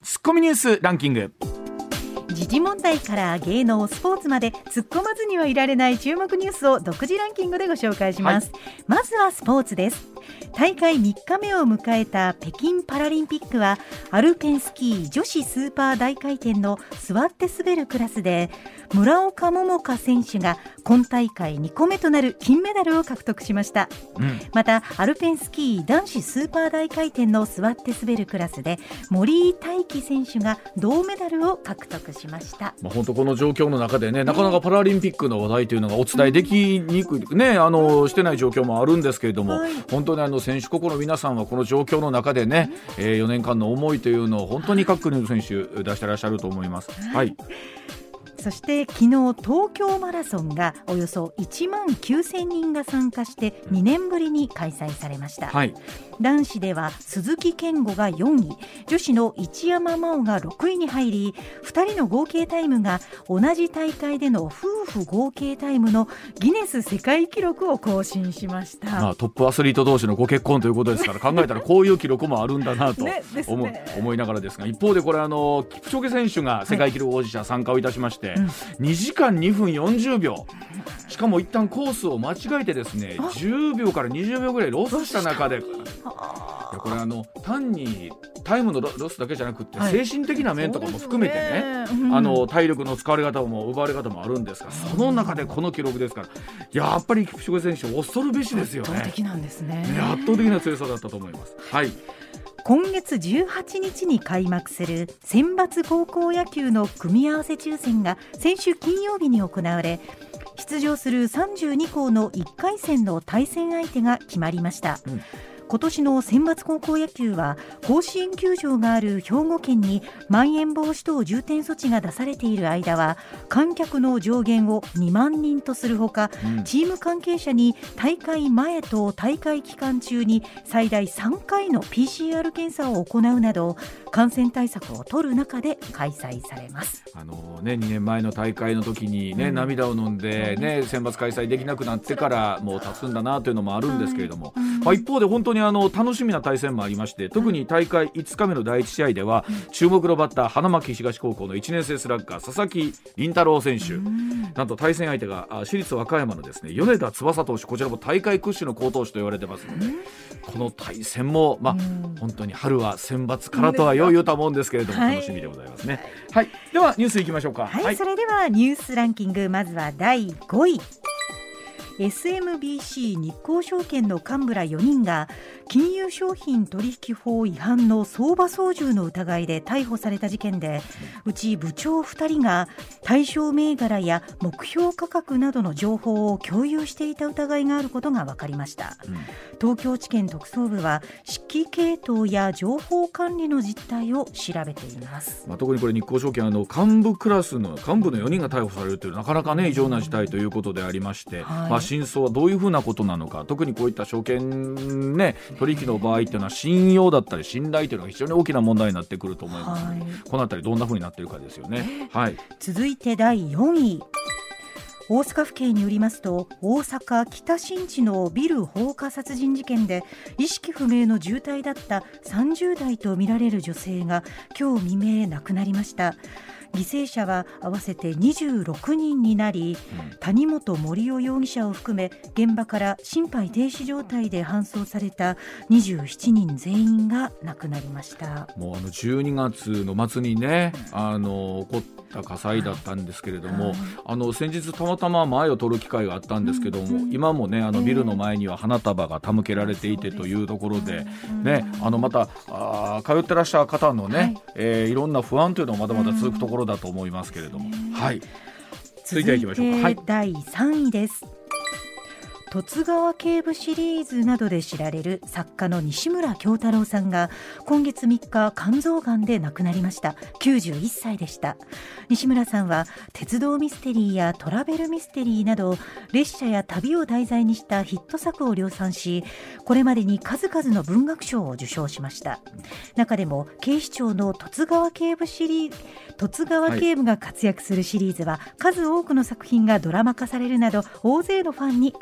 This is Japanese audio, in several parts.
ツッコミニュースランキング。 時事問題から芸能スポーツまで突っ込まずにはいられない注目ニュースを独自ランキングでご紹介します、まずはスポーツです。大会3日目を迎えた北京パラリンピックはアルペンスキー女子スーパー大回転の座って滑るクラスで村岡桃佳選手が今大会2個目となる金メダルを獲得しました、またアルペンスキー男子スーパー大回転の座って滑るクラスで森井大輝選手が銅メダルを獲得しました。 本当この状況の中でね、なかなかパラリンピックの話題というのがお伝えできにくい、してない状況もあるんですけれども、本当に選手個々の皆さんはこの状況の中でね、4年間の思いというのを本当に各国の選手出してらっしゃると思います。 そして昨日東京マラソンがおよそ1万9000人が参加して2年ぶりに開催されました、男子では鈴木健吾が4位、女子の一山麻緒が6位に入り、2人の合計タイムが同じ大会での夫婦合計タイムのギネス世界記録を更新しました。 トップアスリート同士のご結婚ということですから考えたらこういう記録もあるんだなと思いながらですが、一方でこれキプチョゲ選手が世界記録保持者参加をいたしまして、2時間2分40秒、しかも一旦コースを間違えてですね10秒から20秒ぐらいロスした中で、これ単にタイムのロスだけじゃなくて、精神的な面とかも含めてね、体力の使われ方も奪われ方もあるんですが、その中でこの記録ですから、やっぱりキプチョゲ選手恐るべしですよね。 圧倒的なんですね。 圧倒的な強さだったと思います。 今月18日に開幕する選抜高校野球の組み合わせ抽選が先週金曜日に行われ、出場する32校の1回戦の対戦相手が決まりました、今年の選抜高校野球は甲子園球場がある兵庫県にまん延防止等重点措置が出されている間は観客の上限を2万人とするほか、チーム関係者に大会前と大会期間中に最大3回の PCR 検査を行うなど感染対策を取る中で開催されます。 2年前の大会の時に、涙を飲んで、選抜開催できなくなってからもう経つんだなというのもあるんですけれども、一方で本当に楽しみな対戦もありまして、特に大会5日目の第1試合では、注目のバッター花巻東高校の1年生スラッガー佐々木麟太郎選手、なんと対戦相手が市立和歌山のですね米田翼投手、こちらも大会屈指の好投手と言われてますので、この対戦も、本当に春は選抜からとはよう言うと思うんですけれども、楽しみでございますね。ではニュースいきましょうか。 それではニュースランキング、まずは第5位。SMBC 日興証券の幹部ら4人が金融商品取引法違反の相場操縦の疑いで逮捕された事件で、うち部長2人が対象銘柄や目標価格などの情報を共有していた疑いがあることが分かりました、東京地検特捜部は指揮系統や情報管理の実態を調べています、 特にこれ日興証券幹部クラスの幹部の4人が逮捕されるというなかなか異常な事態ということでありまして、真相はどういうふうなことなのか、特にこういった証券、取引の場合というのは信用だったり信頼というのが非常に大きな問題になってくると思います、このあたりどんなふうになっているかですよね。 続いて第4位。大阪府警によりますと、大阪北新地のビル放火殺人事件で意識不明の重体だった30代とみられる女性が今日未明亡くなりました。犠牲者は合わせて26人になり、谷本盛雄容疑者を含め現場から心肺停止状態で搬送された27人全員が亡くなりました。 もう12月の末にね、起こった火災だったんですけれども、先日たまたま前を通る機会があったんですけども、今もねビルの前には花束が手向けられていてというところで、また通ってらっしゃる方のね、いろんな不安というのもまだまだ続くところだと思いますけれども、続いていきましょうか。 第3位です。十津川警部シリーズなどで知られる作家の西村京太郎さんが今月3日肝臓がんで亡くなりました。91歳でした。西村さんは鉄道ミステリーやトラベルミステリーなど列車や旅を題材にしたヒット作を量産し、これまでに数々の文学賞を受賞しました。中でも警視庁の十津川警部が活躍するシリーズは数多くの作品がドラマ化されるなど大勢のファンに愛されました。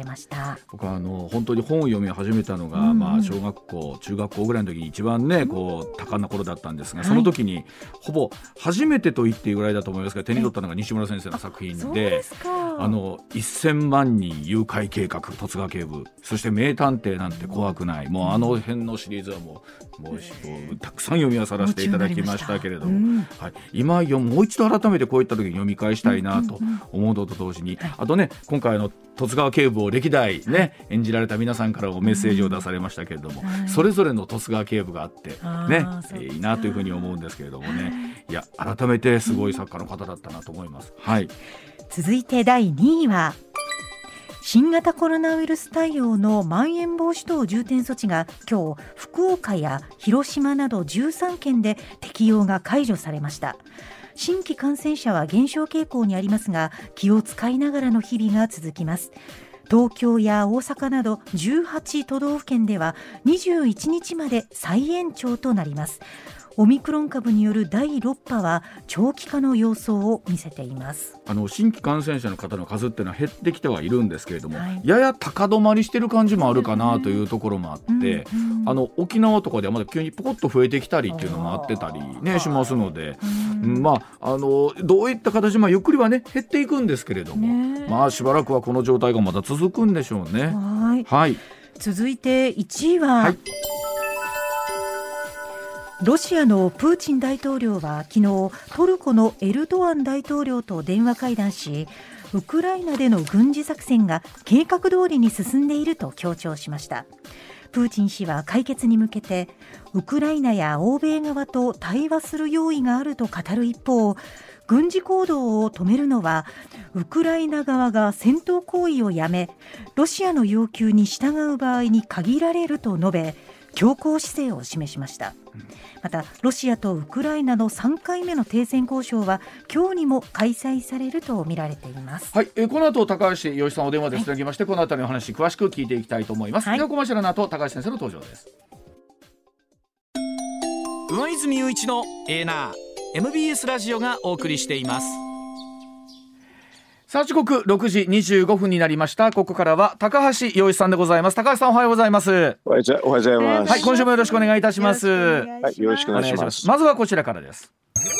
ました。 僕は本当に本を読み始めたのが、小学校中学校ぐらいの時に一番ねこう多感な頃だったんですが、その時にほぼ初めてと言っていいぐらいだと思いますが手に取ったのが西村先生の作品で、1000万人誘拐計画、十津川警部、そして名探偵なんて怖くない、もうあの辺のシリーズはもうたくさん読み漁らせていただきましたけれども、今もう一度改めてこういった時に読み返したいなと思うのと同時に、あとね今回十津川警部を歴代ね演じられた皆さんからもメッセージを出されましたけれども、それぞれの十津川警部があってね、いいなというふうに思うんですけれどもね、いや改めてすごい作家の方だったなと思います。 続いて第2位は新型コロナウイルス対応のまん延防止等重点措置が今日福岡や広島など13県で適用が解除されました。新規感染者は減少傾向にありますが、気を使いながらの日々が続きます。東京や大阪など18都道府県では21日まで再延長となります。オミクロン株による第6波は長期化の様相を見せています。 新規感染者の方の数っていうのは減ってきてはいるんですけれども、やや高止まりしてる感じもあるかなというところもあって、沖縄とかではまだ急にポコッと増えてきたりっていうのもあってたり、ね、しますので、どういった形、ゆっくりはね減っていくんですけれども、しばらくはこの状態がまだ続くんでしょうね。 続いて1位は、ロシアのプーチン大統領は昨日トルコのエルドアン大統領と電話会談し、ウクライナでの軍事作戦が計画通りに進んでいると強調しました。プーチン氏は解決に向けてウクライナや欧米側と対話する用意があると語る一方、軍事行動を止めるのはウクライナ側が戦闘行為をやめロシアの要求に従う場合に限られると述べ、強硬姿勢を示しました。またロシアとウクライナの3回目の停戦交渉は今日にも開催されると見られています。 この後高橋洋一さんお電話でつなぎまして、このあたりの話詳しく聞いていきたいと思います。ではコマーシャルの後高橋先生の登場です。 上泉雄一のエーナー MBS ラジオがお送りしています。 さあ時刻6時25分になりました。ここからは高橋洋一さんでございます。高橋さんおはようございます。 おはようございます。 今週もよろしくお願いいたします。 よろしくお願いします。 まずはこちらからです。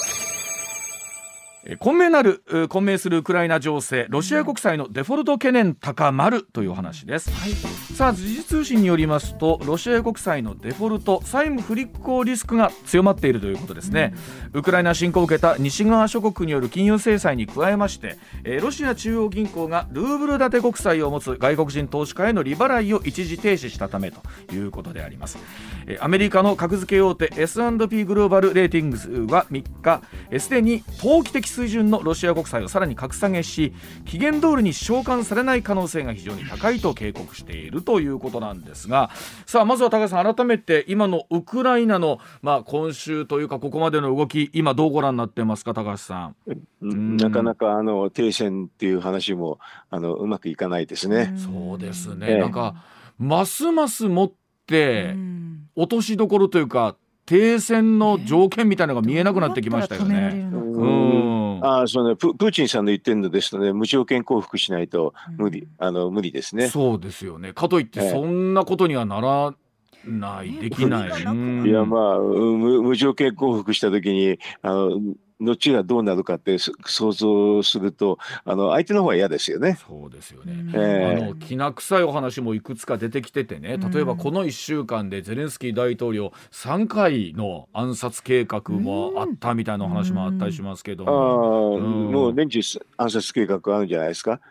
混迷するウクライナ情勢、ロシア国債のデフォルト懸念高まるという話です。さあ時事通信によりますと、ロシア国債のデフォルト、債務不履行リスクが強まっているということですね。ウクライナ侵攻を受けた西側諸国による金融制裁に加えまして、ロシア中央銀行がルーブル建て国債を持つ外国人投資家への利払いを一時停止したためということであります。アメリカの格付け大手 S&P グローバルレーティングスは3日、すでに投機的水準のロシア国債をさらに格下げし、期限通りに償還されない可能性が非常に高いと警告しているということなんですが、さあまずは高橋さん、改めて今のウクライナの、今週というかここまでの動き、今どうご覧になってますか高橋さん。 なかなか停戦っていう話もうまくいかないですね。 そうですね、なんかますますもって落としどころというか停戦の条件みたいなのが見えなくなってきましたよね。 プーチンさんの言ってるのですとね、無条件降伏しないと無理ですね。 そうですよね。かといってそんなことにはならない、できない。 いや無条件降伏した時に後がどうなるかって想像すると相手の方は嫌ですよね。 そうですよね。きな臭いお話もいくつか出てきててね、例えばこの1週間でゼレンスキー大統領3回の暗殺計画もあったみたいな話もあったりしますけども、 もう年中暗殺計画あるんじゃないですか。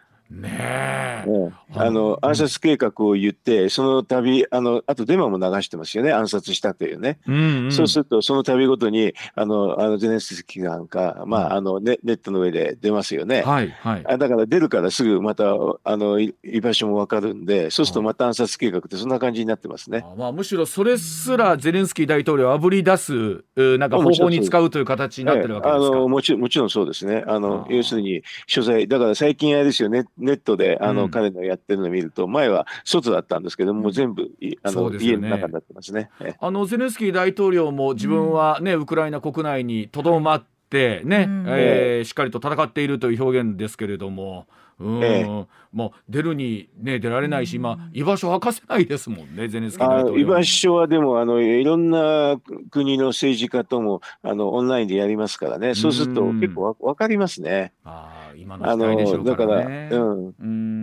暗殺計画を言ってその度あとデマも流してますよね、暗殺したというね。そうするとその度ごとにゼレンスキーなんか、ネットの上で出ますよね。だから出るからすぐまた居場所も分かるんで、そうするとまた暗殺計画ってそんな感じになってますね。 むしろそれすらゼレンスキー大統領をあぶり出すなんか方法に使うという形になってるわけですか。 もちろんそうですね。要するに所在だから最近あれですよね、ネットで彼のやってるのを見ると、前は外だったんですけども、全部家の中になってますね。 ゼレンスキー大統領も自分はウクライナ国内にとどまってしっかりと戦っているという表現ですけれども、 もう出るに、ね、出られないし、居場所を明かせないですもんね、ゼレンスキー大統領。 居場所はでもいろんな国の政治家ともオンラインでやりますからね。そうすると結構分かりますね。 今の時代でしょうからね。 だから、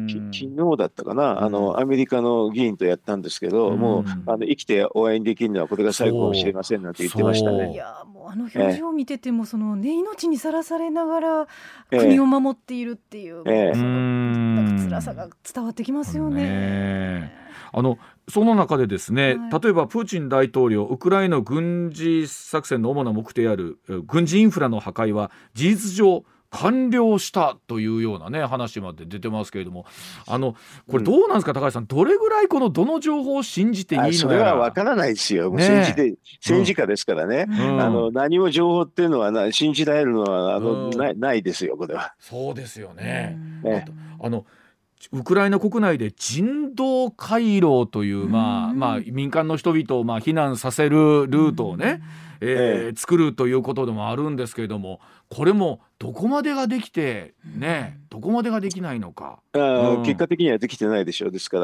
昨日だったかな、アメリカの議員とやったんですけど、もう生きてお会いできるのはこれが最後かもしれませんなんて言ってましたね。 いやもう表情を見てても命にさらされながら国を守っているっていう、なんか辛さが伝わってきますよね。 その中でですね、例えばプーチン大統領、ウクライナ軍事作戦の主な目的である軍事インフラの破壊は事実上完了したというようなね話まで出てますけれども、これどうなんですか、高橋さん、どれぐらいどの情報を信じていいのか。 それは分からないですよ、戦時下ですからね、何も情報っていうのは信じられるのはないですよ、これは。 そうですよね。ウクライナ国内で人道回廊という、民間の人々を避難させるルートをね、作るということでもあるんですけれども、これもどこまでができて、どこまでができないのか、 結果的にはできてないでしょう。ですから、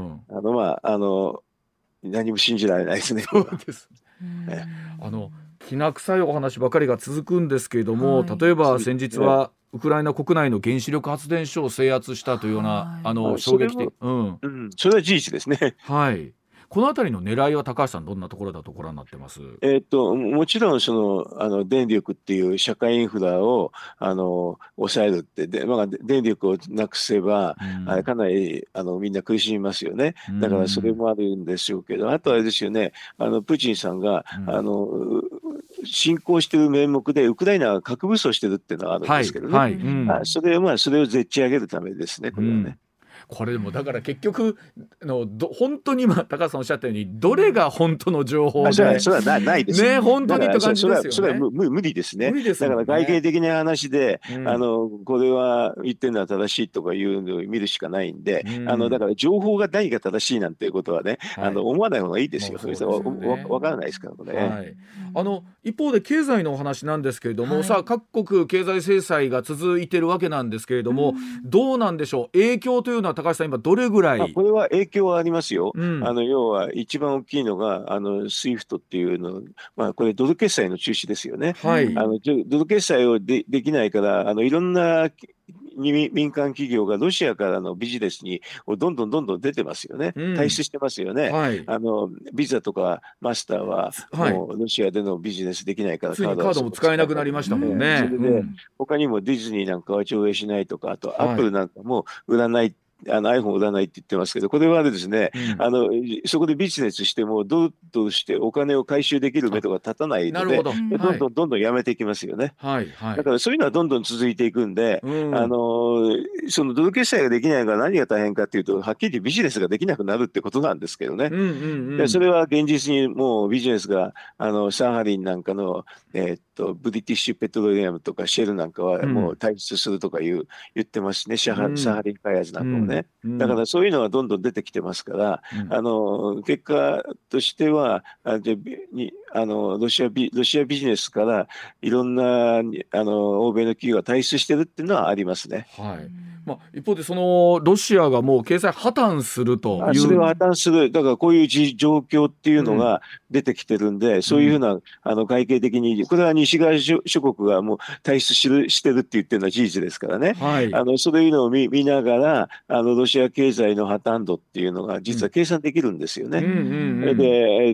何も信じられないですね。 そうですきな臭いお話ばかりが続くんですけれども、例えば先日はウクライナ国内の原子力発電所を制圧したというような衝撃的、 それは事実ですね。 はい。このあたりの狙いは高橋さん、どんなところだとご覧になってます？ もちろん電力っていう社会インフラを抑えるって電力をなくせば、かなりみんな苦しみますよね。だからそれもあるんでしょうけど、あとあれですよね、プーチンさんが侵攻している名目でウクライナが核武装してるっていうのはあるんですけどね、それをぜっち上げるためですね、これはね。 これでもだから結局本当に今高橋さんおっしゃったように、どれが本当の情報で、 それはないですね、本当にって感じですよね。 それは無理ですね。だから外形的な話で、これは言ってるのは正しいとかいうのを見るしかないんで、だから情報が何が正しいなんていうことはね、思わない方がいいですよ。わからないですから、これ。 一方で経済のお話なんですけれども、さあ各国経済制裁が続いているわけなんですけれども、どうなんでしょう、影響というのは高橋さん、今どれぐらい？ これは影響はありますよ。要は一番大きいのがSWIFT っていうの、これドル決済の中止ですよね。ドル決済をできないから、いろんな民間企業がロシアからのビジネスにどんどん出てますよね。退出してますよね。ビザとかマスターはもうロシアでのビジネスできないから、 カードも使えなくなりましたもんね。 それで他にもディズニーなんかは上映しないとか、あとアップルなんかも売らない、iPhone 売らないって言ってますけど、これはですね、そこでビジネスしてもドルとしてお金を回収できる目処が立たないので、どんどんやめていきますよね。だからそういうのはどんどん続いていくんで、そのドル決済ができないから何が大変かっていうと、はっきりビジネスができなくなるってことなんですけどね。それは現実にもうビジネスがサハリンなんかのブリティッシュペトロリアムとかシェルなんかはもう退出するとか言ってますね、サハリン開発なんかもね。だからそういうのがどんどん出てきてますから、結果としてはロシアビジネスからいろんな欧米の企業が退出してるっていうのはありますね。 一方でロシアがもう経済破綻するという、 それは破綻する、だからこういう状況っていうのが出てきてるんで、そういうふうな外形的にこれは西側諸国がもう退出してるって言ってるのは事実ですからね。そういうのを見ながらロシア経済の破綻度っていうのが実は計算できるんですよね。で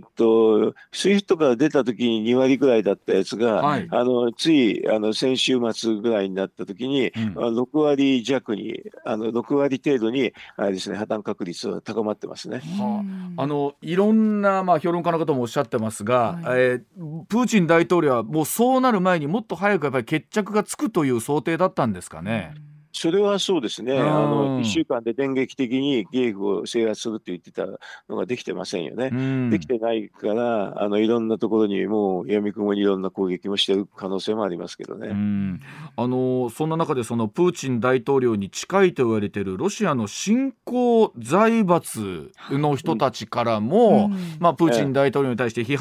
SWIFT から出た時に2割ぐらいだったやつが、つい先週末ぐらいになった時に、6割弱に6割程度にあれですね、破綻確率は高まってますね。 いろんな評論家の方もおっしゃってますが、プーチン大統領はもうそうなる前にもっと早くやっぱり決着がつくという想定だったんですかね。 それはそうですね。1週間で電撃的にキエフを制圧するって言ってたのができてませんよね。できてないからいろんなところにもう闇雲にいろんな攻撃もしてる可能性もありますけどね。 そんな中でプーチン大統領に近いと言われているロシアの新興財閥の人たちからも、プーチン大統領に対して批判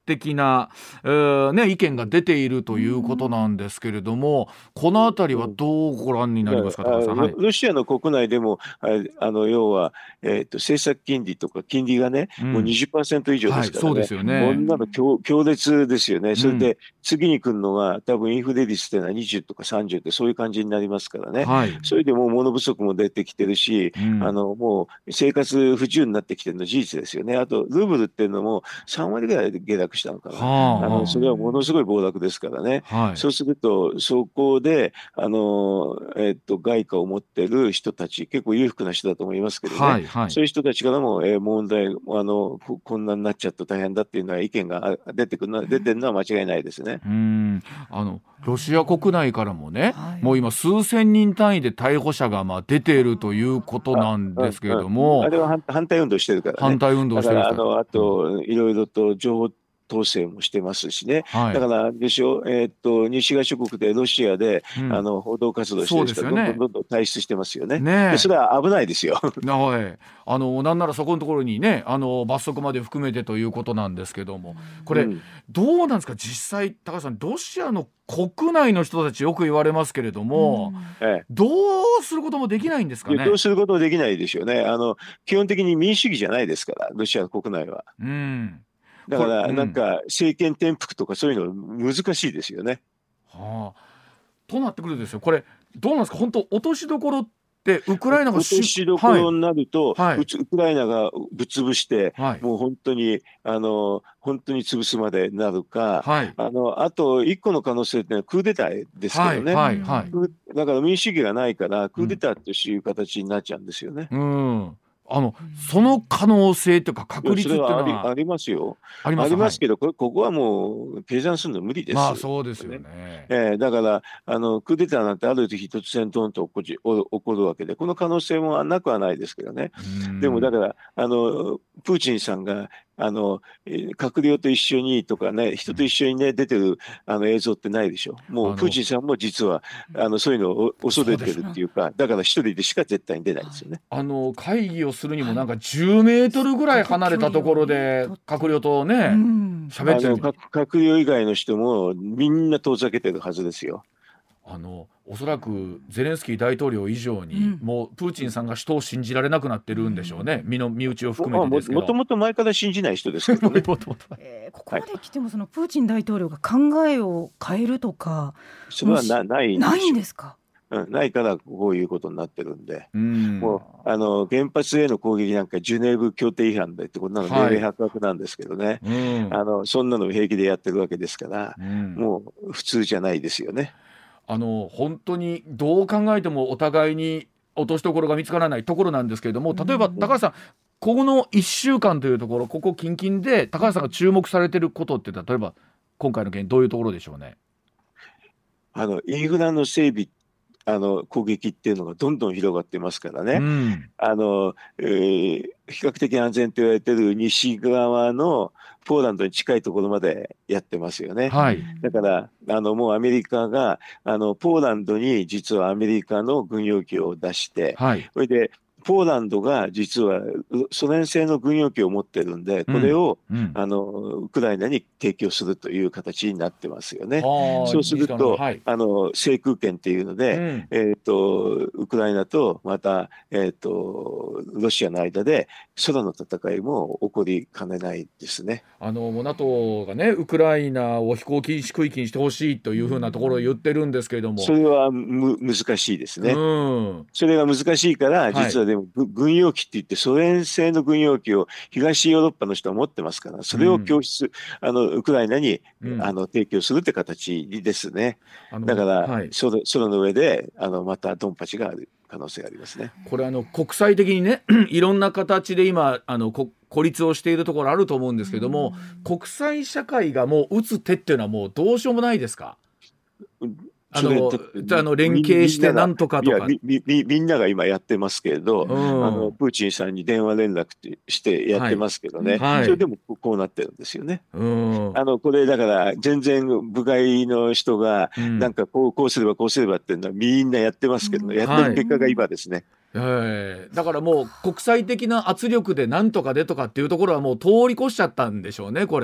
的な、意見が出ているということなんですけれども、このあたりはどうご覧になりますか、高橋さん。 ロシアの国内でも要は、政策金利とか金利がね、もう 20% 以上ですからね、 そうですよね。 こんなの強烈ですよね。それで次に来るのが多分インフレ率っていうのは20とか30ってそういう感じになりますからね、それでもう物不足も出てきてるし、もう生活不自由になってきてるの事実ですよね。あとルーブルっていうのも3割ぐらいで下落したのかな、それはものすごい暴落ですからね、そうするとそこで外貨を持ってる人たち結構裕福な人だと思いますけどね、そういう人たちからも、問題こんなになっちゃって大変だっていうのは意見が出てるのは間違いないですね。 ロシア国内からもね、もう今数千人単位で逮捕者が出ているということなんですけれども、 あれは反対運動してるからね。 反対運動してるから、 だからあといろいろと情報統制もしてますしね、だからでしょ、西側諸国でロシアで、報道活動してる人がどんどん退出してますよね。でそれは危ないですよ。 なんならそこのところにね罰則まで含めてということなんですけども、これ、どうなんですか実際。高橋さん、ロシアの国内の人たちよく言われますけれども、どうすることもできないんですかね。 どうすることもできないでしょうね。基本的に民主主義じゃないですからロシア国内は。だからなんか政権転覆とかそういうの難しいですよね。 となってくるんですよ。これどうなんですか、本当落としどころってウクライナが落としどころになると、ウクライナがぶっ潰して、もう本当に潰すまでなるか、あと一個の可能性ってのはクーデターですけどね、だから民主主義がないからクーデターという形になっちゃうんですよね。 その可能性というか確率っていうのはありますよ。ありますけど、ここはもう計算するの無理です。 そうですよね。 だからクーデターなんてある時突然ドンと起こるわけで、この可能性もなくはないですけどね。でもだからプーチンさんが閣僚と一緒にとかね、人と一緒にね出てる映像ってないでしょ。もうプーチンさんも実はそういうのを恐れてるっていうか、だから一人でしか絶対に出ないですよね。 会議をするにもなんか10メートルぐらい離れたところで閣僚とね喋ってる。 閣僚以外の人もみんな遠ざけてるはずですよ。 おそらくゼレンスキー大統領以上に、もうプーチンさんが人を信じられなくなってるんでしょうね、身内を含めてですけど。 もともと前から信じない人ですけどね。 ここまで来てもそのプーチン大統領が考えを変えるとかそれはないんですか。 ないからこういうことになってるんで、もう原発への攻撃なんかジュネーブ協定違反だってこんなの明々白々なんですけどね、そんなの平気でやってるわけですから、もう普通じゃないですよね。 本当にどう考えてもお互いに落としどころが見つからないところなんですけれども、例えば高橋さん、ここの1週間というところ、ここ近々で高橋さんが注目されていることって、例えば今回の件どういうところでしょうね。 インフラの整備攻撃っていうのがどんどん広がってますからね、比較的安全と言われている西側のポーランドに近いところまでやってますよね。だからもうアメリカがポーランドに実はアメリカの軍用機を出して、それでポーランドが実はソ連製の軍用機を持ってるんで、これを、ウクライナに提供するという形になってますよね。そうすると、制空権っていうので、ウクライナとまた、ロシアの間で空の戦いも起こりかねないですね。 NATO がねウクライナを飛行禁止区域にしてほしいというふうなところを言ってるんですけれども、 それは難しいですね。それが難しいから実はでも軍用機って言ってソ連製の軍用機を東ヨーロッパの人は持ってますから、それを供出、ウクライナに、提供するって形ですね。だから、空の上でまたドンパチがある可能性がありますね。 これ国際的にねいろんな形で今孤立をしているところあると思うんですけども、国際社会がもう打つ手っていうのはもうどうしようもないですか。連携してなんとかとかみんなが今やってますけれど、プーチンさんに電話連絡してやってますけどね、それでもこうなってるんですよね。これだから全然部外の人がなんかこうすればこうすればっていうのはみんなやってますけど、やってる結果が今ですね。 だからもう国際的な圧力でなんとかでとかっていうところはもう通り越しちゃったんでしょうね、これ。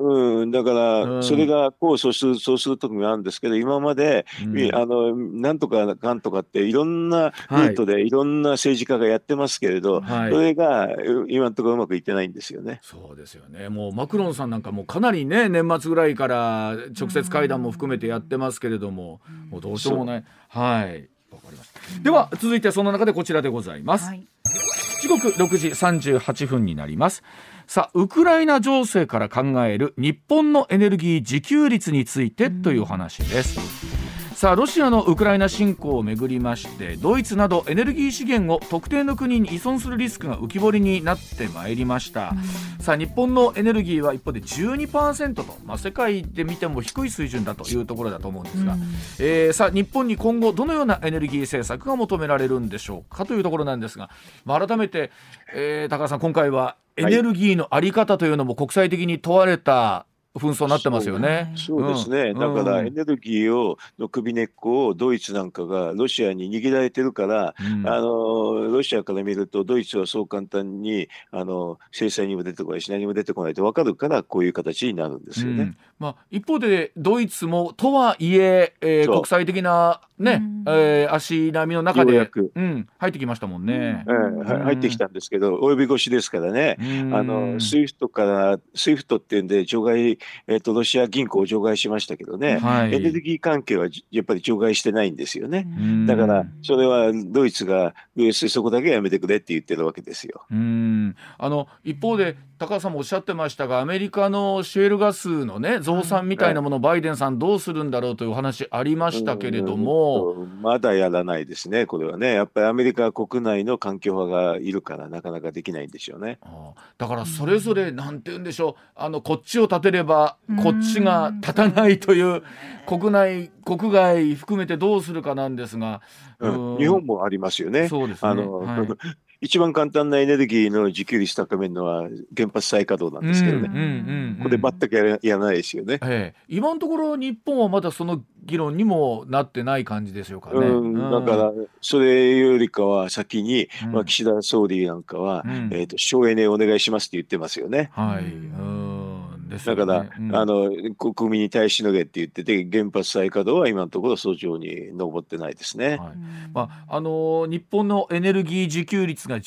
だからそれがそうする時もあるんですけど、今まで、なんとかかんとかっていろんなルートでいろんな政治家がやってますけれど、それが今のところうまくいってないんですよね。 そうですよね。もうマクロンさんなんかもうかなりね、年末ぐらいから直接会談も含めてやってますけれども、もうどうしようもない。はい、わかりました。では続いてその中でこちらでございます。時刻6時38分になります。さあ、ウクライナ情勢から考える日本のエネルギー自給率についてという話です。さあ、ロシアのウクライナ侵攻をめぐりまして、ドイツなどエネルギー資源を特定の国に依存するリスクが浮き彫りになってまいりました。さあ、日本のエネルギーは一方で 12% と、世界で見ても低い水準だというところだと思うんですが、さあ、日本に今後どのようなエネルギー政策が求められるんでしょうかというところなんですが、改めて、高橋さん、今回はエネルギーの在り方というのも国際的に問われた紛争になってますよね。 そうですね、だからエネルギーの首根っこをドイツなんかがロシアに握られてるから、ロシアから見るとドイツはそう簡単に制裁にも出てこないし何も出てこないと分かるから、こういう形になるんですよね。 一方でドイツもとはいえ国際的な、足並みの中で入ってきましたもんね。 入ってきたんですけど、及び腰ですからね。SWIFT っていうんで除外、ロシア銀行を除外しましたけどね、エネルギー関係はやっぱり除外してないんですよね。だからそれはドイツがそこだけやめてくれって言ってるわけですよ。 一方で高橋さんもおっしゃってましたが、アメリカのシェールガスのね、増産みたいなものをバイデンさんどうするんだろうというお話ありましたけれども、 まだやらないですね。これはね、やっぱりアメリカ国内の環境派がいるからなかなかできないんでしょうね。 だからそれぞれなんて言うんでしょう、こっちを立てればこっちが立たないという国内国外含めてどうするかなんですが、 日本もありますよね。 そうですね。 一番簡単なエネルギーの自給率高めるのは原発再稼働なんですけどね。これ全くやらないですよね。 今のところ日本はまだその議論にもなってない感じでしょうかね。 だからそれよりかは先に、岸田総理なんかは、省エネお願いしますって言ってますよね。だから、国民に耐えしのげって言ってて、原発再稼働は今のところ早朝に上ってないですね。 日本のエネルギー自給率が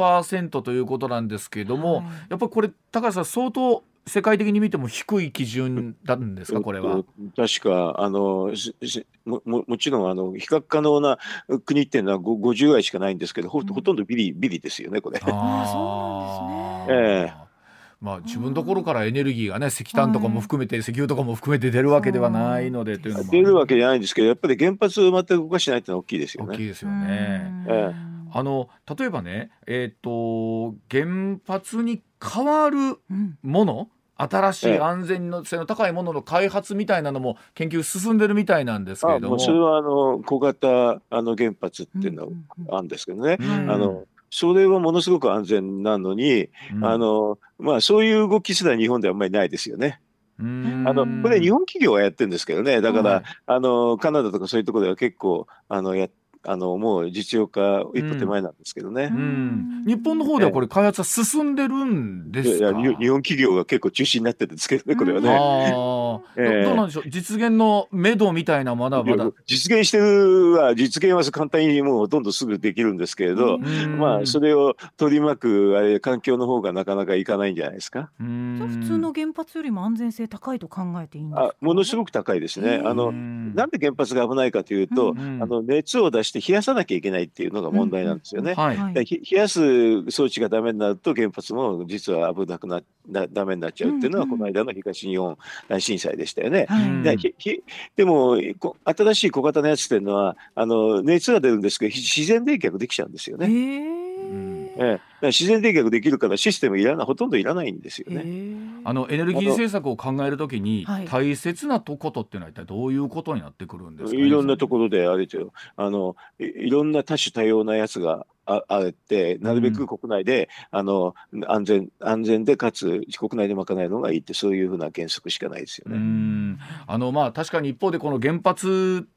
12% ということなんですけれども、やっぱりこれ高橋さん、相当世界的に見ても低い基準なんですか、これは。 確かもちろん比較可能な国っていうのは50ぐらいしかないんですけど、ほとんどビリですよね、これ。 そうなんですね。 自分のところからエネルギーがね、石炭とかも含めて、石油とかも含めて出るわけではないのでというのも出るわけじゃないんですけど、やっぱり原発を全く動かしないってのは大きいですよね。 大きいですよね。例えばね、原発に代わるもの、新しい安全性の高いものの開発みたいなのも研究進んでるみたいなんですけれども、 それは小型原発っていうのがあるんですけどね、それはものすごく安全なのに、そういう動きすら日本ではあんまりないですよね。これ日本企業がやってるんですけどね。だから、カナダとかそういうところでは結構もう実用化一歩手前なんですけどね。 日本の方ではこれ開発は進んでるんですか？ 日本企業が結構中心になってるんですけどね、これはね。 どうなんでしょう、実現の目処みたいな、まだ実現は簡単にもうほとんどすぐできるんですけれど、それを取り巻く環境の方がなかなかいかないんじゃないですか。 普通の原発よりも安全性高いと考えていいんですか？ ものすごく高いですね。なんで原発が危ないかというと、熱を出して冷やさなきゃいけないっていうのが問題なんですよね。冷やす装置がダメになると原発も実はダメになっちゃうっていうのは、この間の東日本大震災でしたよね。でも新しい小型のやつっていうのは熱が出るんですけど、自然冷却できちゃうんですよね。自然冷却できるからシステムほとんどいらないんですよね。 エネルギー政策を考えるときに大切なことっていうのは一体どういうことになってくるんですかね？ いろんなところであれですよ、いろんな多種多様なやつがあって、なるべく国内で安全でかつ国内で賄えるのがいいって、そういうふうな原則しかないですよね。 確かに一方でこの原発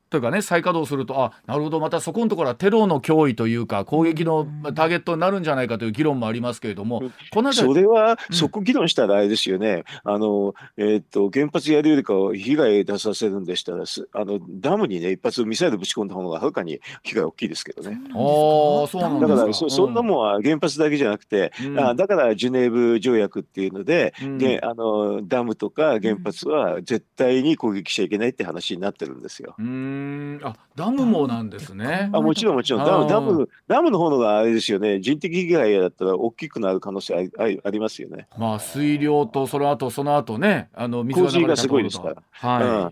というかね再稼働するとなるほどまたそこのところはテロの脅威というか攻撃のターゲットになるんじゃないかという議論もありますけれども、このそれはそこ議論したらあれですよね、原発やるよりかは被害出させるんでしたらダムにね一発ミサイルぶち込んだ方がはるかに被害大きいですけどね。 そうなんですか。 だからそんなもんは原発だけじゃなくて、だからジュネーブ条約っていうので、ダムとか原発は絶対に攻撃しちゃいけないって話になってるんですよ。 ダムもなんですね。 もちろんダムの方のがあれですよね、人的被害だったら大きくなる可能性ありますよね。 水量とその後ね水洪水がすごいですから。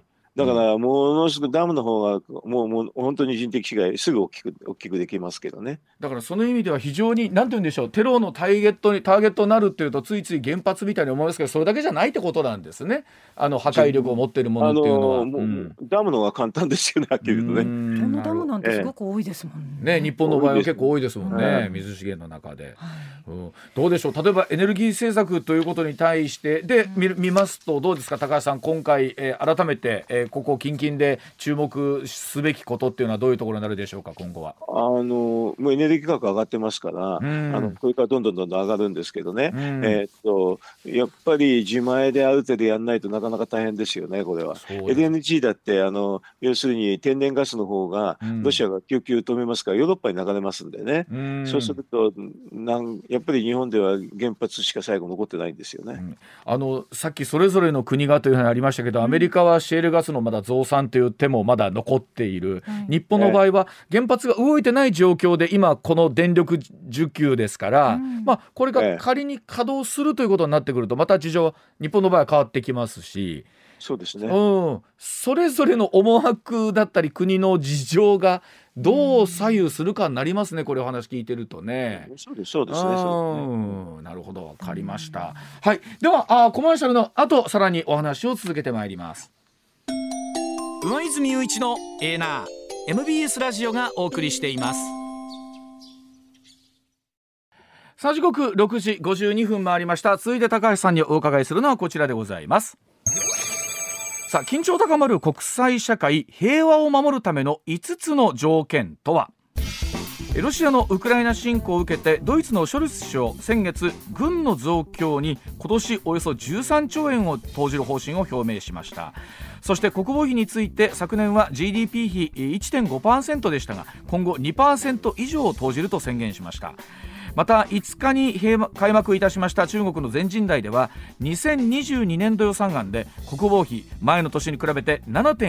だからものすごくダムの方がもう本当に人的被害すぐ大きくできますけどね。 だからその意味では非常に何て言うんでしょう、テロのターゲットになるっていうとついつい原発みたいに思いますけど、それだけじゃないってことなんですね。破壊力を持っているものっていうのは、 ダムの方が簡単ですよね、はっきり言うとね。 このダムなんてすごく多いですもんね。 日本の場合は結構多いですもんね、水資源の中で。どうでしょう、例えばエネルギー政策ということに対してで見ますとどうですか、高橋さん、今回、改めて、ここ近々で注目すべきことっていうのはどういうところになるでしょうか、今後は。 もうエネルギー価格上がってますから、これからどんどん上がるんですけどね、やっぱり自前である程度やらないとなかなか大変ですよね、これは。LNG だって要するに天然ガスの方がロシアが供給止めますからヨーロッパに流れますんでね、そうするとやっぱり日本では原発しか最後残ってないんですよね。 さっきそれぞれの国がというふうにありましたけど、アメリカはシェールガスのまだ増産という手もまだ残っている、日本の場合は原発が動いてない状況で今この電力需給ですから、これが仮に稼働するということになってくるとまた事情は日本の場合は変わってきますし、 そうですね、 それぞれの思惑だったり国の事情がどう左右するかになりますね、これお話聞いてるとね。 そうですね。 なるほど、分かりました。はい、ではコマーシャルの後さらにお話を続けてまいります。 上泉雄一のエーナー MBS ラジオがお送りしています。 さあ時刻6時52分回りました。続いて高橋さんにお伺いするのはこちらでございます。さあ緊張高まる国際社会、平和を守るための5つの条件とは。ロシアのウクライナ侵攻を受けてドイツのショルツ首相、先月軍の増強に今年およそ13兆円を投じる方針を表明しました。そして国防費について昨年は GDP 比 1.5% でしたが今後 2% 以上を投じると宣言しました。また5日に開幕いたしました中国の全人代では2022年度予算案で国防費前の年に比べて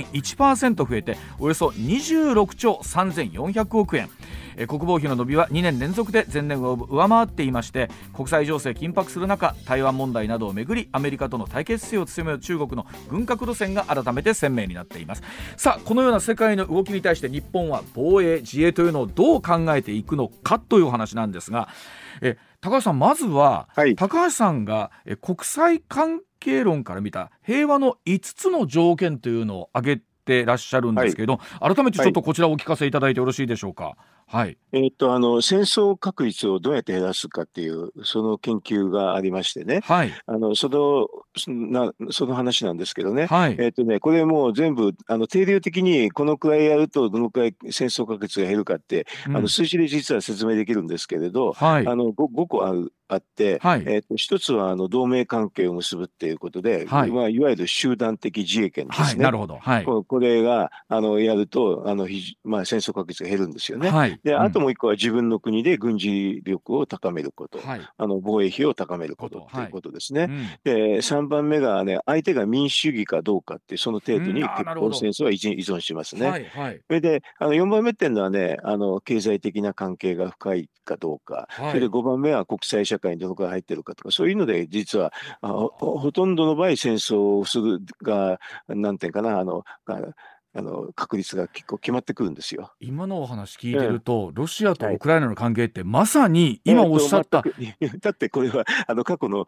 7.1% 増えておよそ26兆3400億円、国防費の伸びは2年連続で前年を上回っていまして、国際情勢緊迫する中台湾問題などをめぐりアメリカとの対決姿勢を強める中国の軍拡路線が改めて鮮明になっています。さあこのような世界の動きに対して日本は防衛自衛というのをどう考えていくのかというお話なんですが、高橋さん、まずは、高橋さんが国際関係論から見た平和の5つの条件というのを挙げてらっしゃるんですけど、改めてちょっとこちらをお聞かせいただいてよろしいでしょうか。戦争確率をどうやって減らすかっていうその研究がありましてね、その話なんですけどね、これもう全部定量的にこのくらいやるとどのくらい戦争確率が減るかって、数字で実は説明できるんですけれど、5個あって、一つは同盟関係を結ぶっていうことで、いわゆる集団的自衛権ですね。これがやると戦争確率が減るんですよね。であともう一個は自分の国で軍事力を高めること、防衛費を高めることということですね。で3番目がね、相手が民主主義かどうかっていうその程度に結構戦争は依存しますね。それで4番目っていうのはね、経済的な関係が深いかどうか、それで5番目は国際社会にどのくらい入ってるかとか、そういうので実はほとんどの場合戦争をするがなんていうかな確率が結構決まってくるんですよ。 今のお話聞いてると、ロシアとウクライナの関係ってまさに今おっしゃった、 だってこれは過去の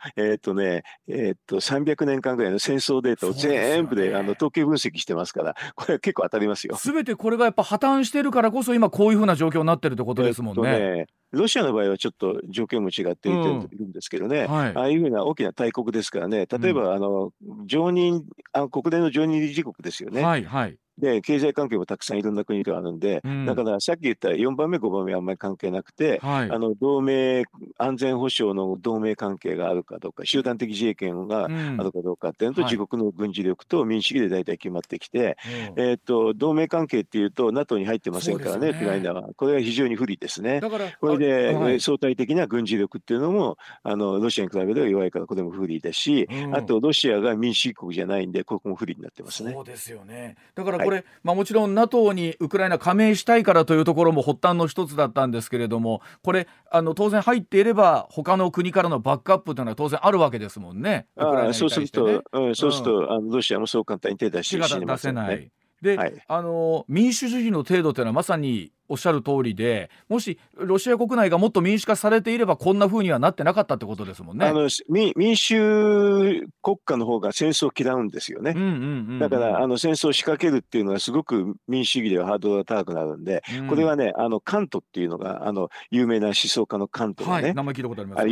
300年間ぐらいの戦争データを全部で統計分析してますから、これは結構当たりますよ。 全てこれがやっぱ破綻してるからこそ今こういうふうな状況になってるってことですもんね。 ロシアの場合はちょっと条件も違っているんですけどね、ああいうふうな大きな大国ですからね、例えば国連の常任理事国ですよね。 で経済関係もたくさんいろんな国とあるんで、だからさっき言った4番目5番目はあんまり関係なくて、 はい、 同盟安全保障の同盟関係があるかどうか、集団的自衛権があるかどうかっていうのと、自国の軍事力と民主主義で大体決まってきて、同盟関係っていうと NATO に入ってませんからね、ウクライナは。これは非常に不利ですね。 だからこれで、相対的な軍事力っていうのもロシアに比べれば弱いから、これも不利だし、あとロシアが民主主義国じゃないんで、ここも不利になってますね。 そうですよね。だからこれ、もちろん NATO にウクライナ加盟したいからというところも発端の一つだったんですけれども、これ当然入っていれば他の国からのバックアップというのは当然あるわけですもんね。 そうすると、ロシアもそう簡単に手出しませんね。 で、民主主義の程度というのはまさにおっしゃる通りで、もしロシア国内がもっと民主化されていればこんな風にはなってなかったってことですもんね。 民主国家の方が戦争を嫌うんですよね。だから戦争を仕掛けるっていうのはすごく民主主義ではハードルが高くなるんで、これはねカントっていうのが有名な思想家のカントがね、 名前聞いたことあります。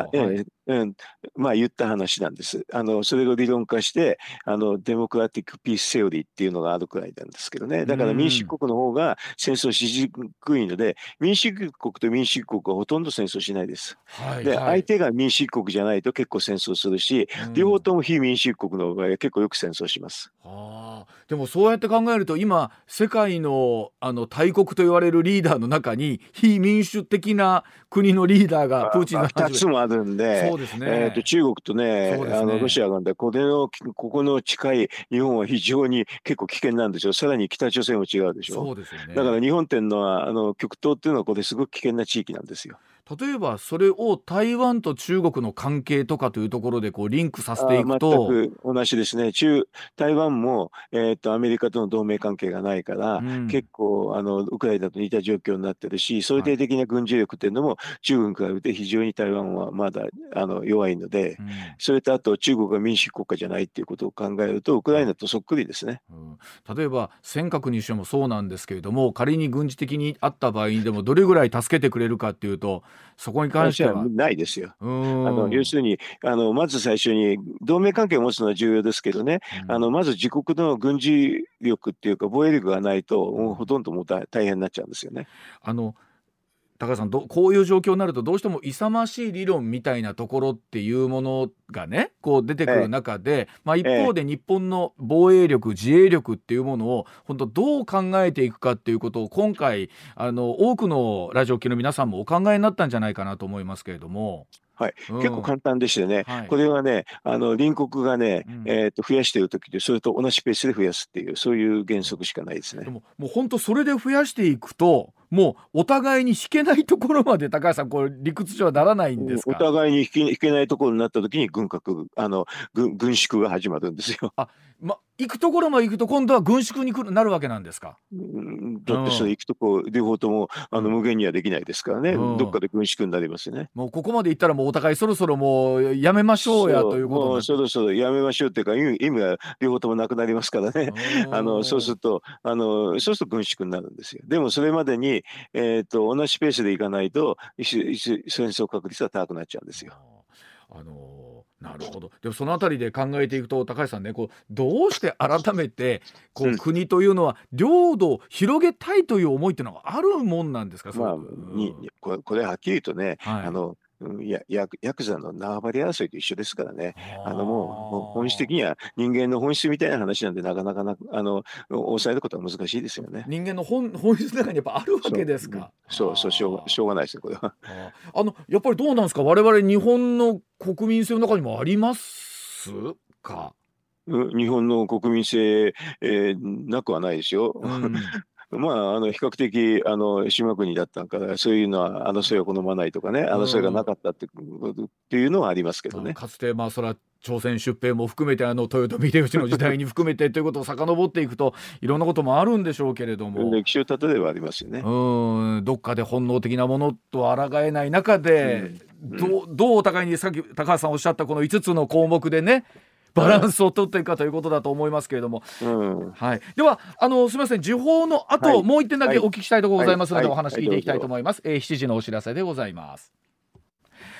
言った話なんです。それを理論化してデモクラティックピースセオリーっていうのがあるくらいなんですけどね。だから民主国の方が戦争しにくいので、民主主義国と民主主義国はほとんど戦争しないです。で、相手が民主主義国じゃないと結構戦争するし、両方とも非民主主義国の場合は結構よく戦争します。 でもそうやって考えると今世界の大国と言われるリーダーの中に非民主的な国のリーダーがプーチンの 2つもあるんで、 そうですね、 中国とね、ロシアがあるんで、ここの近い日本は非常に結構危険なんですよ。さらに北朝鮮も違うでしょ。 そうですよね。 だから日本っていうのは極東っていうのはこれすごく危険な地域なんですよ。 例えばそれを台湾と中国の関係とかというところでリンクさせていくと全く同じですね。台湾も、アメリカとの同盟関係がないから、結構ウクライナと似た状況になってるし、相対的な軍事力っていうのも中国に比べて非常に台湾はまだ弱いので、それとあと中国が民主国家じゃないっていうことを考えるとウクライナとそっくりですね。 例えば尖閣にしてもそうなんですけれども、仮に軍事的にあった場合にでもどれぐらい助けてくれるかっていうと、そこに関してはないですよ。要するにまず最初に同盟関係を持つのは重要ですけどね、まず自国の軍事力っていうか防衛力がないと、ほとんどもう大変になっちゃうんですよね。 高橋さん、こういう状況になるとどうしても勇ましい理論みたいなところっていうものがね出てくる中で、一方で日本の防衛力自衛力っていうものを本当どう考えていくかっていうことを今回多くのラジオ機の皆さんもお考えになったんじゃないかなと思いますけれども。 結構簡単でしてね、これはね隣国がね、増やしている時でそれと同じペースで増やすっていう、そういう原則しかないですね。 でももう本当それで増やしていくともうお互いに引けないところまで高橋さん理屈上はならないんですか？ お互いに引けないところになった時に軍縮が始まるんですよ。 行くところまで行くと今度は軍縮になるわけなんですか？ だってそれ行くとこ両方とも無限にはできないですからね、どっかで軍縮になりますよね。 もうここまで行ったらもうお互いそろそろもうやめましょうやということで、そろそろやめましょうっていうか意味は両方ともなくなりますからね。そうすると軍縮になるんですよ。でもそれまでに、同じペースでいかないと戦争確率は高くなっちゃうんですよ。 なるほど。でもそのあたりで考えていくと高橋さんね、どうして改めて国というのは領土を広げたいという思いっていうのがあるもんなんですか？ これはっきりとね、ヤクザの縄張り争いと一緒ですからね。もう本質的には人間の本質みたいな話なんで、なかなか抑えることは難しいですよね。 人間の本質の中にやっぱあるわけですか？ しょうがないですね、これは。 やっぱりどうなんですか？我々日本の国民性の中にもありますか？ 日本の国民性、なくはないですよ。比較的島国だったからそういうのは争いを好まないとかね、争いがなかったっていうのはありますけどね。 かつてそれは朝鮮出兵も含めて豊臣秀吉の時代に含めてということを遡っていくといろんなこともあるんでしょうけれども、 歴史をたどればありますよね。 どっかで本能的なものと抗えない中で、どうお互いにさっき高橋さんおっしゃったこの5つの項目でねバランスを取っていくかということだと思いますけれども、ではすみません、時報の後、もう一点だけお聞きしたいところございますので、お話聞いていきたいと思います。7時のお知らせでございます。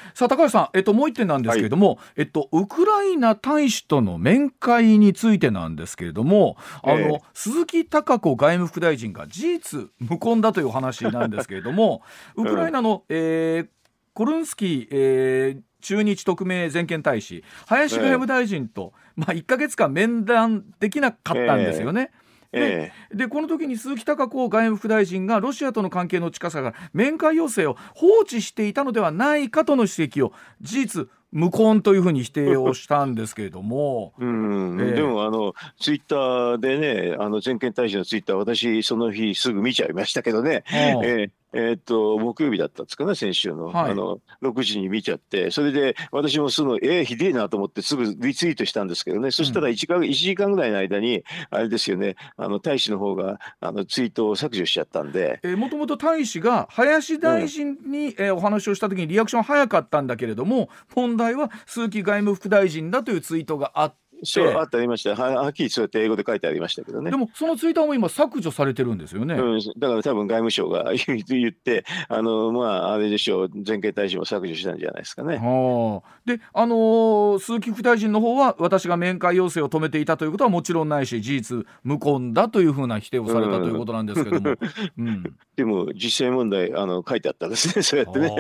さあ高橋さん、もう一点なんですけれども、ウクライナ大使との面会についてなんですけれども、鈴木貴子外務副大臣が事実無根だという話なんですけれどもウクライナの、コルンスキー、駐日特命全権大使林外務大臣と、1ヶ月間面談できなかったんですよね。でこの時に鈴木貴子外務副大臣がロシアとの関係の近さから面会要請を放置していたのではないかとの指摘を事実無根というふうに否定をしたんですけれどもでもツイッターでね全権大使のツイッター私その日すぐ見ちゃいましたけどね、木曜日だったんですかね先週の、6時に見ちゃってそれで私もすぐひでえなと思ってすぐリツイートしたんですけどね、そしたら1時間ぐらいの間にあれですよね大使の方がツイートを削除しちゃったんで、 もともと大使が林大臣に、お話をした時にリアクション早かったんだけれども問題は鈴木外務副大臣だというツイートがあって、 そうありました。はっきりそうやって英語で書いてありましたけどね。 でもそのツイッターも今削除されてるんですよね。 だから多分外務省が言ってあれでしょう、全権大使も削除したんじゃないですかね。 で鈴木副大臣の方は私が面会要請を止めていたということはもちろんないし事実無根だというふうな否定をされたということなんですけども、 でも実際問題書いてあったんですね、そうやってね。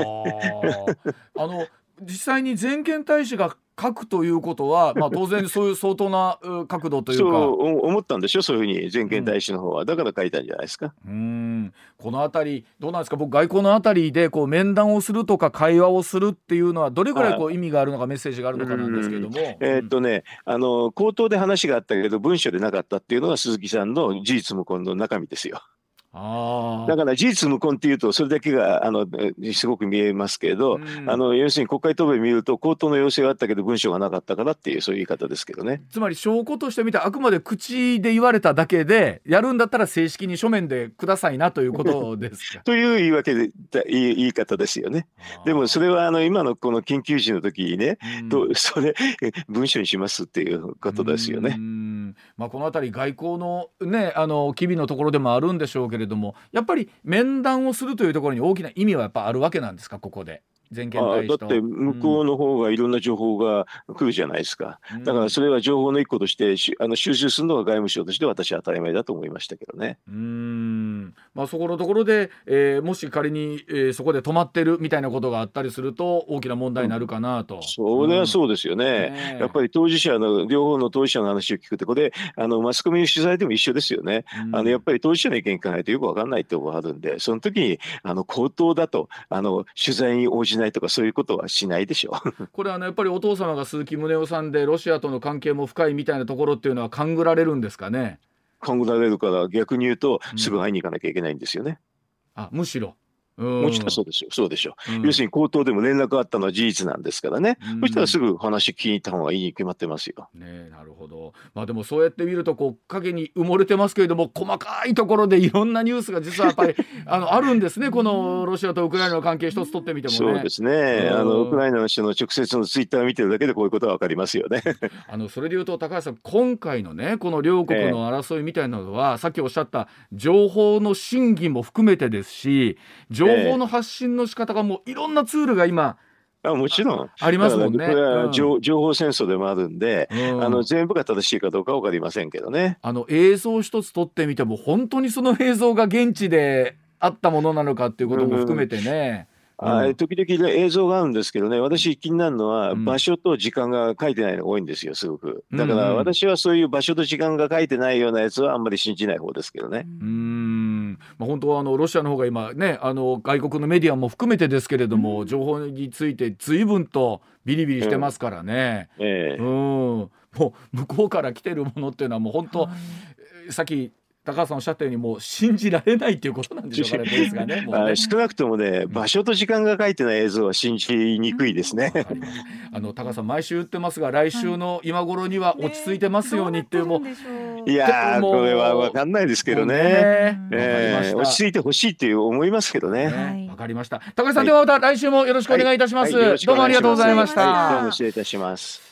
実際に全権大使が書くということは、当然そういう相当な角度というかそう思ったんでしょ、そういうふうに全権大使の方は、だから書いたんじゃないですか。 このあたりどうなんですか。僕外交のあたりで面談をするとか会話をするっていうのはどれぐらい意味があるのかメッセージがあるのかなんですけれども、 口頭で話があったけど文書でなかったっていうのが鈴木さんの事実無根の中身ですよ。だから事実無根っていうとそれだけがすごく見えますけれど、要するに国会答弁見ると口頭の要請があったけど文書がなかったからっていうそういう言い方ですけどね。 つまり証拠として見てあくまで口で言われただけでやるんだったら正式に書面でくださいなということですか。 という言い訳で言い方ですよね。でもそれは今のこの緊急時の時にね、それ文書にしますっていうことですよね。 このあたり外交のね機微のところでもあるんでしょうけれども、やっぱり面談をするというところに大きな意味はやっぱあるわけなんですか。ここで全権大使とだって向こうの方がいろんな情報が来るじゃないですか。だからそれは情報の一個として収集するのが外務省として私は当たり前だと思いましたけどね。 そこのところで、もし仮に、そこで止まってるみたいなことがあったりすると大きな問題になるかなと。 それはそうですよね。やっぱり当事者の両方の当事者の話を聞くってこれマスコミの取材でも一緒ですよね。やっぱり当事者の意見考えてよく分かんないってことがあるんで、その時に口頭だと取材に応じないとかそういうことはしないでしょう。 これやっぱりお父様が鈴木宗男さんでロシアとの関係も深いみたいなところっていうのは勘ぐられるんですかね。 勘ぐられるから逆に言うとすぐ会いに行かなきゃいけないんですよね。 むしろもちろんそうですよ、そうでしょう。要するに口頭でも連絡があったのは事実なんですからね。そしたらすぐ話聞きに行った方がいいに決まってますよ。 なるほど。でもそうやって見ると影に埋もれてますけれども細かいところでいろんなニュースが実はやっぱりあるんですね。このロシアとウクライナの関係一つ取ってみてもね。 そうですね。ウクライナの人の直接のツイッターを見てるだけでこういうことは分かりますよね。 それでいうと高橋さん、今回のねこの両国の争いみたいなのは、さっきおっしゃった情報の審議も含めてですし、情報の発信の仕方がもういろんなツールが今もちろんありますもんね。 これは情報戦争でもあるんで、全部が正しいかどうかは分かりませんけどね。 映像一つ撮ってみても本当にその映像が現地であったものなのかっていうことも含めてね。 時々映像があるんですけどね、私気になるのは場所と時間が書いてないのが多いんですよ、すごく。だから私はそういう場所と時間が書いてないようなやつはあんまり信じない方ですけどね。 本当はロシアの方が今ね外国のメディアも含めてですけれども、情報について随分とビリビリしてますからね。もう向こうから来てるものっていうのはもう本当、さっき高橋さんおっしゃったようにもう信じられないっていうことなんでしょうかね。ですがね、 少なくともね、場所と時間が書いてない映像は信じにくいですね。 高橋さん毎週言ってますが、来週の今頃には落ち着いてますようにっていう、もういやこれは分かんないですけどね。落ち着いてほしいっていう思いますけどね。 分かりました。高橋さん、ではまた来週もよろしくお願いいたします。どうもありがとうございました。 どうも失礼いたします。